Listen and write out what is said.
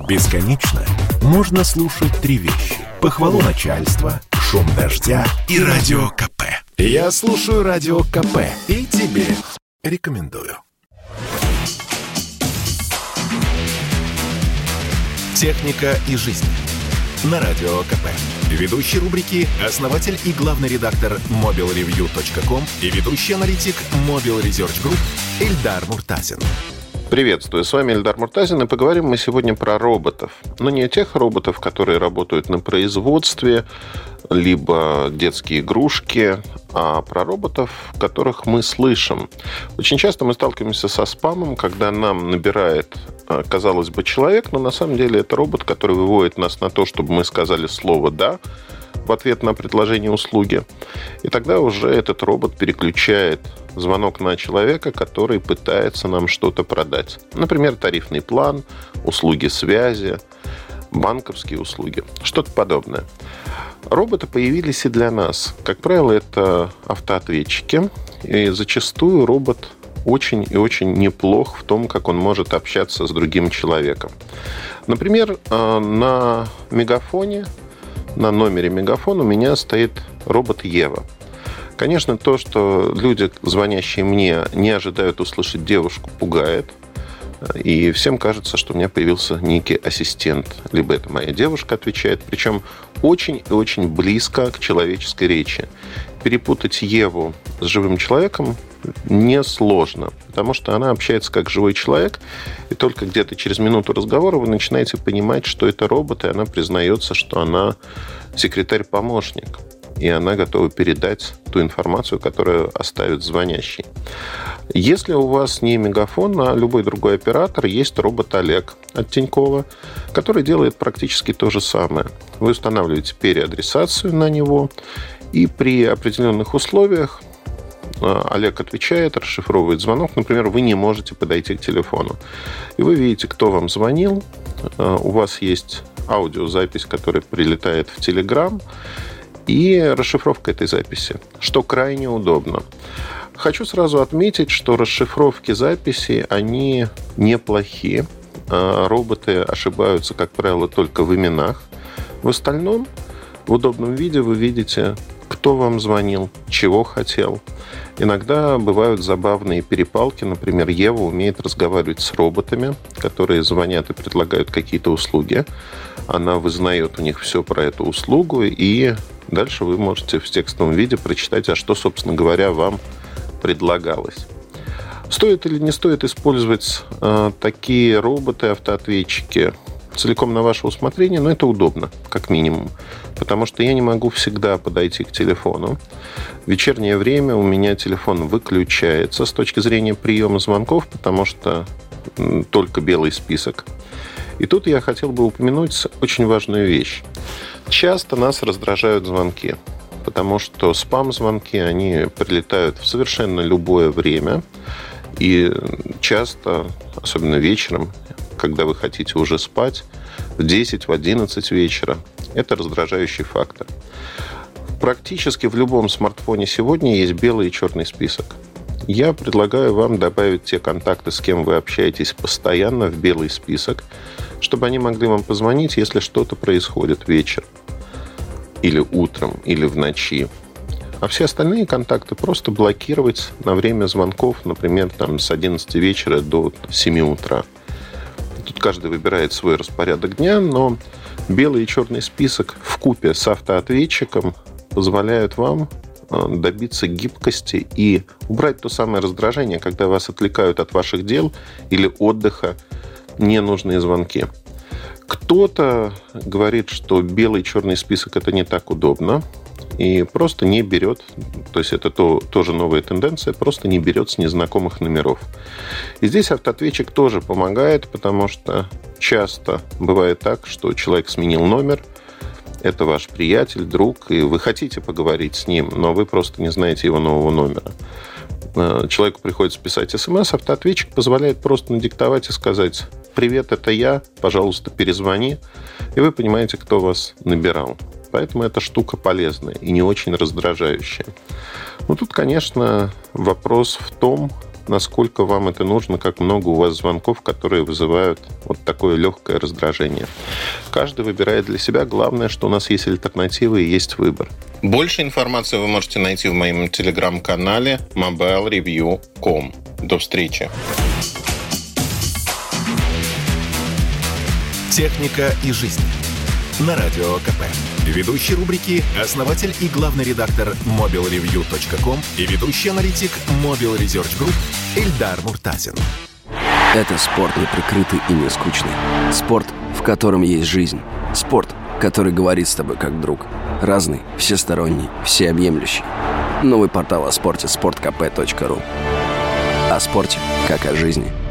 Бесконечно можно слушать три вещи: похвалу начальства, шум дождя и радио КП. Я слушаю радио КП и тебе рекомендую. Техника и жизнь на радио КП. Ведущий рубрики — основатель и главный редактор mobilreview.com и ведущий аналитик Mobile Research Group Эльдар Муртазин. Приветствую, с вами Эльдар Муртазин, и поговорим мы сегодня про роботов. Но не о тех роботов, которые работают на производстве, либо детские игрушки, а про роботов, которых мы слышим. Очень часто мы сталкиваемся со спамом, когда нам набирает, казалось бы, человек, но на самом деле это робот, который выводит нас на то, чтобы мы сказали слово «да» в ответ на предложение услуги. И тогда уже этот робот переключает звонок на человека, который пытается нам что-то продать. Например, тарифный план, услуги связи, банковские услуги, что-то подобное. Роботы появились и для нас. Как правило, это автоответчики. И зачастую робот очень и очень неплох в том, как он может общаться с другим человеком. Например, на Мегафоне, на номере Мегафон у меня стоит робот Ева. Конечно, то, что люди, звонящие мне, не ожидают услышать девушку, пугает. И всем кажется, что у меня появился некий ассистент. Либо это моя девушка отвечает, причем очень и очень близко к человеческой речи. Перепутать Еву с живым человеком несложно, потому что она общается как живой человек, и только где-то через минуту разговора вы начинаете понимать, что это робот, и она признается, что она секретарь-помощник, и она готова передать ту информацию, которую оставит звонящий. Если у вас не Мегафон, а любой другой оператор, есть робот Олег от Тинькова, который делает практически то же самое. Вы устанавливаете переадресацию на него, и при определенных условиях Олег отвечает, расшифровывает звонок. Например, вы не можете подойти к телефону. И вы видите, кто вам звонил. У вас есть аудиозапись, которая прилетает в Telegram, и расшифровка этой записи, что крайне удобно. Хочу сразу отметить, что расшифровки записей, они неплохие. Роботы ошибаются, как правило, только в именах. В остальном, в удобном виде вы видите, кто вам звонил, чего хотел. Иногда бывают забавные перепалки. Например, Ева умеет разговаривать с роботами, которые звонят и предлагают какие-то услуги. Она вызнает у них все про эту услугу, и дальше вы можете в текстовом виде прочитать, а что, собственно говоря, вам предлагалось. Стоит или не стоит использовать такие роботы, автоответчики целиком на ваше усмотрение, но это удобно, как минимум. Потому что я не могу всегда подойти к телефону. В вечернее время у меня телефон выключается с точки зрения приема звонков, потому что только белый список. И тут я хотел бы упомянуть очень важную вещь. Часто нас раздражают звонки, потому что спам-звонки, они прилетают в совершенно любое время. И часто, особенно вечером, когда вы хотите уже спать, в 10, в 11 вечера, это раздражающий фактор. Практически в любом смартфоне сегодня есть белый и черный список. Я предлагаю вам добавить те контакты, с кем вы общаетесь постоянно, в белый список, чтобы они могли вам позвонить, если что-то происходит вечером, или утром, или в ночи. А все остальные контакты просто блокировать на время звонков, например, с 11 вечера до 7 утра. Тут каждый выбирает свой распорядок дня, но белый и черный список вкупе с автоответчиком позволяют вам добиться гибкости и убрать то самое раздражение, когда вас отвлекают от ваших дел или отдыха ненужные звонки. Кто-то говорит, что белый и черный список – это не так удобно, и просто не берет, то есть это тоже новая тенденция, просто не берет с незнакомых номеров. И здесь автоответчик тоже помогает, потому что часто бывает так, что человек сменил номер, это ваш приятель, друг, и вы хотите поговорить с ним, но вы просто не знаете его нового номера. Человеку приходится писать СМС, автоответчик позволяет просто надиктовать и сказать: «Привет, это я, пожалуйста, перезвони», и вы понимаете, кто вас набирал. Поэтому эта штука полезная и не очень раздражающая. Но тут, конечно, вопрос в том, насколько вам это нужно, как много у вас звонков, которые вызывают вот такое легкое раздражение. Каждый выбирает для себя. Главное, что у нас есть альтернатива и есть выбор. Больше информации вы можете найти в моем телеграм-канале mobilereview.com. До встречи. «Техника и жизнь» на Радио КП. Ведущий рубрики – основатель и главный редактор mobilereview.com и ведущий аналитик Mobile Research Group Эльдар Муртазин. Это спорт неприкрытый и не скучный. Спорт, в котором есть жизнь. Спорт, который говорит с тобой как друг. Разный, всесторонний, всеобъемлющий. Новый портал о спорте – sportkp.ru. О спорте, как о жизни.